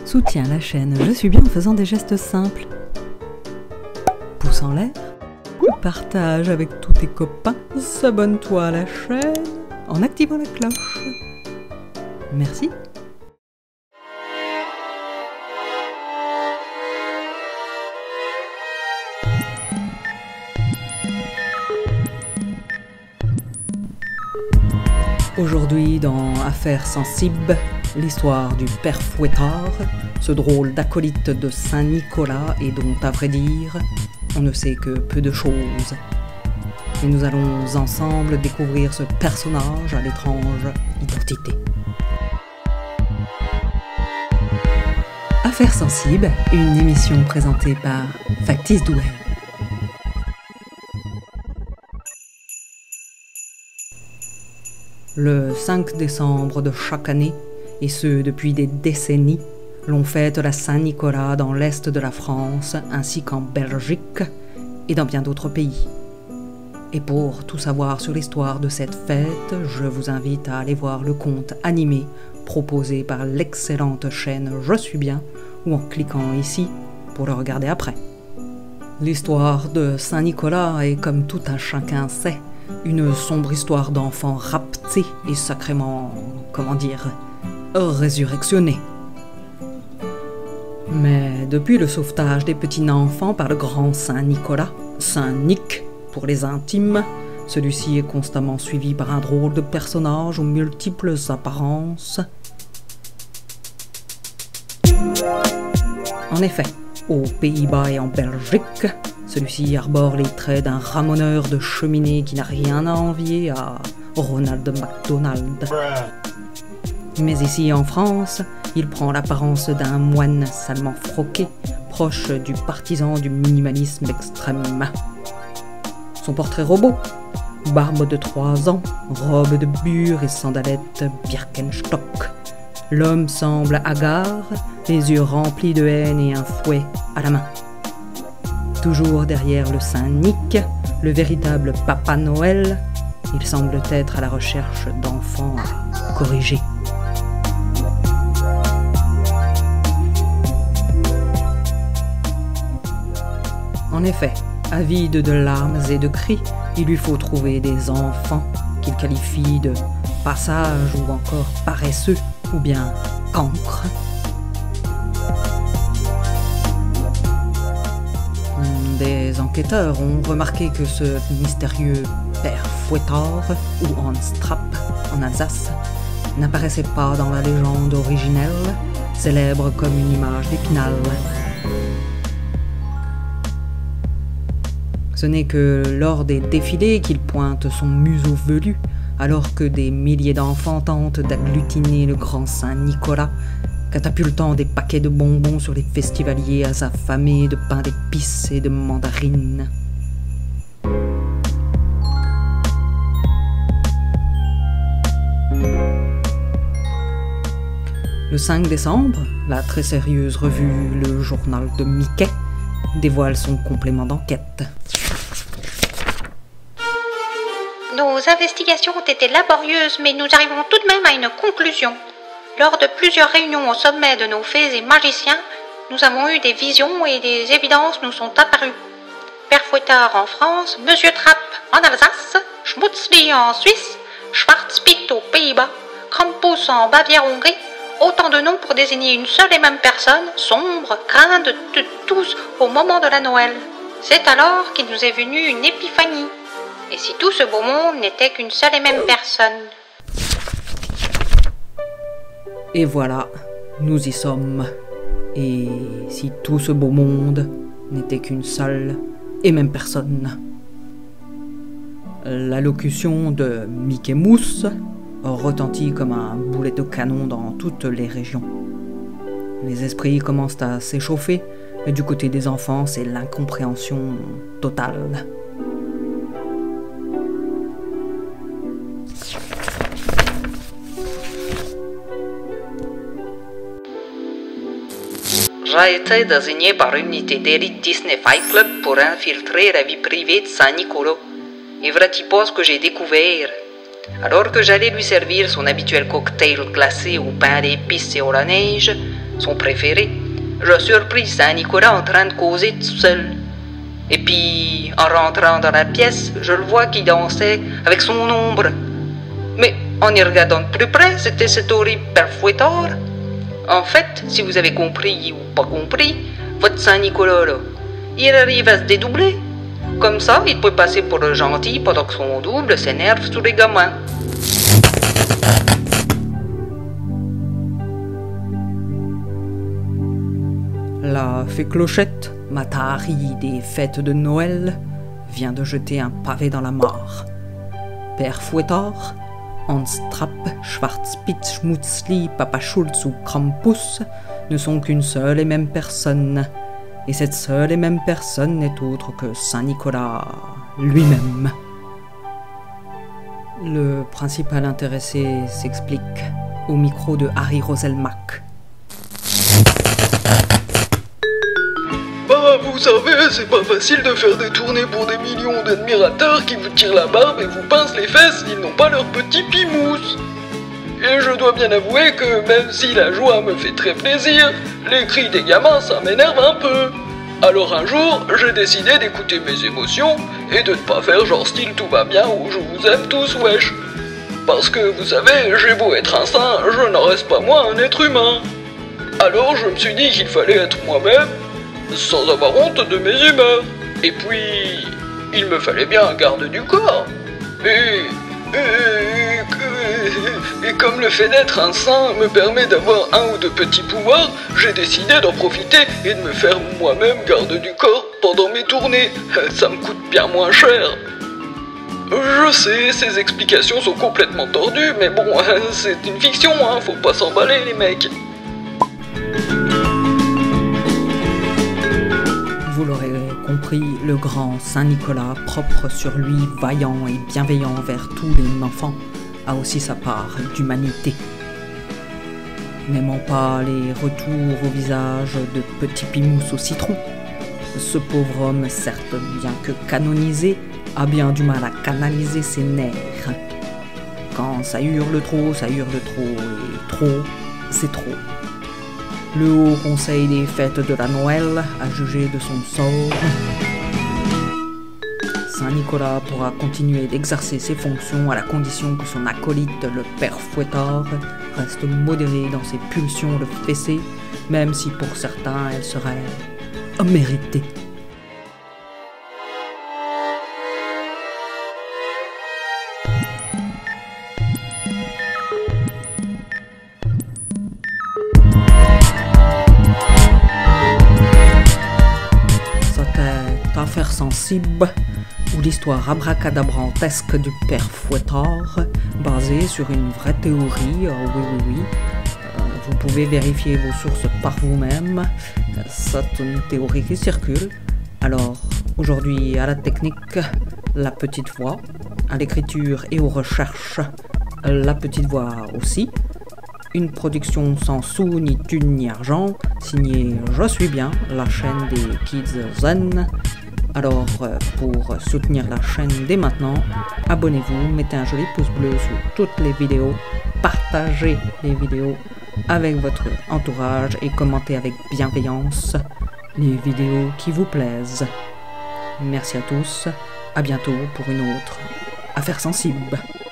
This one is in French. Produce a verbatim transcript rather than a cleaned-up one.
Soutiens la chaîne Je suis bien en faisant des gestes simples. Pouce en l'air, partage avec tous tes copains, s'abonne-toi à la chaîne en activant la cloche. Merci. Aujourd'hui dans Affaires sensibles, l'histoire du père Fouettard, ce drôle d'acolyte de Saint-Nicolas et dont, à vrai dire, on ne sait que peu de choses. Et nous allons ensemble découvrir ce personnage à l'étrange identité. Affaires sensibles, une émission présentée par Factice Douel. Le cinq décembre de chaque année, et ce depuis des décennies, l'on fête la Saint-Nicolas dans l'est de la France, ainsi qu'en Belgique et dans bien d'autres pays. Et pour tout savoir sur l'histoire de cette fête, je vous invite à aller voir le conte animé proposé par l'excellente chaîne Je suis bien, ou en cliquant ici pour le regarder après. L'histoire de Saint-Nicolas est, comme tout un chacun sait, une sombre histoire d'enfant rapté et sacrément, comment dire, résurrectionné. Mais depuis le sauvetage des petits enfants par le grand Saint-Nicolas, Saint-Nic pour les intimes, celui-ci est constamment suivi par un drôle de personnage aux multiples apparences. En effet, aux Pays-Bas et en Belgique, celui-ci arbore les traits d'un ramoneur de cheminée qui n'a rien à envier à Ronald McDonald. Mais ici en France, il prend l'apparence d'un moine salement froqué, proche du partisan du minimalisme extrême. Son portrait robot, barbe de trois ans, robe de bure et sandalettes Birkenstock. L'homme semble hagard, les yeux remplis de haine et un fouet à la main. Toujours derrière le Saint-Nic, le véritable Papa Noël, il semble être à la recherche d'enfants corrigés. En effet, avide de larmes et de cris, il lui faut trouver des enfants qu'il qualifie de passage ou encore paresseux ou bien cancre. Des enquêteurs ont remarqué que ce mystérieux père Fouettard, ou Hans Trapp en Alsace, n'apparaissait pas dans la légende originelle, célèbre comme une image d'Épinal. Ce n'est que lors des défilés qu'il pointe son museau velu, alors que des milliers d'enfants tentent d'agglutiner le grand Saint-Nicolas, catapultant des paquets de bonbons sur les festivaliers affamés de pain d'épices et de mandarines. Le cinq décembre, la très sérieuse revue Le Journal de Mickey dévoile son complément d'enquête. Nos investigations ont été laborieuses, mais nous arrivons tout de même à une conclusion. Lors de plusieurs réunions au sommet de nos fées et magiciens, nous avons eu des visions et des évidences nous sont apparues. Père Fouettard en France, Monsieur Trapp en Alsace, Schmutzli en Suisse, Schwarzpitt aux Pays-Bas, Krampus en Bavière-Hongrie, autant de noms pour désigner une seule et même personne, sombre, crainte de tous au moment de la Noël. C'est alors qu'il nous est venu une épiphanie. Et si tout ce beau monde n'était qu'une seule et même personne? Et voilà, nous y sommes. Et si tout ce beau monde n'était qu'une seule et même personne? L'allocution de Mickey Mouse retentit comme un boulet de canon dans toutes les régions. Les esprits commencent à s'échauffer, et du côté des enfants, c'est l'incompréhension totale. J'ai été désigné par l'unité d'élite Disney Fight Club pour infiltrer la vie privée de Saint-Nicolas. Et voilà-t-il pas ce que j'ai découvert? Alors que j'allais lui servir son habituel cocktail glacé au pain d'épices et à la neige, son préféré, je surpris Saint-Nicolas en train de causer tout seul. Et puis, en rentrant dans la pièce, je le vois qui dansait avec son ombre. Mais en y regardant de plus près, c'était cet horrible père Fouettard. En fait, si vous avez compris ou pas compris, votre Saint-Nicolas là, il arrive à se dédoubler. Comme ça, il peut passer pour le gentil pendant que son double s'énerve sur les gamins. La fée Clochette, Matahari des fêtes de Noël, vient de jeter un pavé dans la mare. Père Fouettard, Hans Trapp, Schwarzspitz, Schmutzli, Papa Schulz ou Krampus ne sont qu'une seule et même personne. Et cette seule et même personne n'est autre que Saint-Nicolas lui-même. Le principal intéressé s'explique au micro de Harry Roselmack. Bah, vous savez, c'est pas facile de faire des tournées pour des millions d'admirateurs qui vous tirent la barbe et vous pincent les fesses s'ils n'ont pas leur petit pimousse. Et je dois bien avouer que même si la joie me fait très plaisir, les cris des gamins ça m'énerve un peu. Alors un jour, j'ai décidé d'écouter mes émotions et de ne pas faire genre style tout va bien ou je vous aime tous wesh. Parce que vous savez, j'ai beau être un saint, je n'en reste pas moins un être humain. Alors je me suis dit qu'il fallait être moi-même, sans avoir honte de mes humeurs. Et puis, il me fallait bien un garde du corps. Et, et, et, et comme le fait d'être un saint me permet d'avoir un ou deux petits pouvoirs, j'ai décidé d'en profiter et de me faire moi-même garde du corps pendant mes tournées. Ça me coûte bien moins cher. Je sais, ces explications sont complètement tordues, mais bon, c'est une fiction, hein, faut pas s'emballer les mecs. Vous l'aurez compris, le grand Saint-Nicolas, propre sur lui, vaillant et bienveillant envers tous les enfants, a aussi sa part d'humanité. N'aimant pas les retours au visage de petits pimous au citron, ce pauvre homme, certes bien que canonisé, a bien du mal à canaliser ses nerfs. Quand ça hurle trop, ça hurle trop, et trop, c'est trop. Le Haut Conseil des fêtes de la Noël a jugé de son sort. Saint-Nicolas pourra continuer d'exercer ses fonctions à la condition que son acolyte, le père Fouettard, reste modéré dans ses pulsions de fesser, même si pour certains elles seraient méritées. Affaire sensible, ou l'histoire abracadabrantesque du père Fouettard, basée sur une vraie théorie, euh, oui oui oui, euh, vous pouvez vérifier vos sources par vous-même, c'est une théorie qui circule. Alors, aujourd'hui à la technique, la petite voix, à l'écriture et aux recherches, la petite voix aussi. Une production sans sous, ni thune, ni argent, signée Je suis bien, la chaîne des Kids Zen. Alors, pour soutenir la chaîne dès maintenant, abonnez-vous, mettez un joli pouce bleu sous toutes les vidéos, partagez les vidéos avec votre entourage et commentez avec bienveillance les vidéos qui vous plaisent. Merci à tous, à bientôt pour une autre affaire sensible.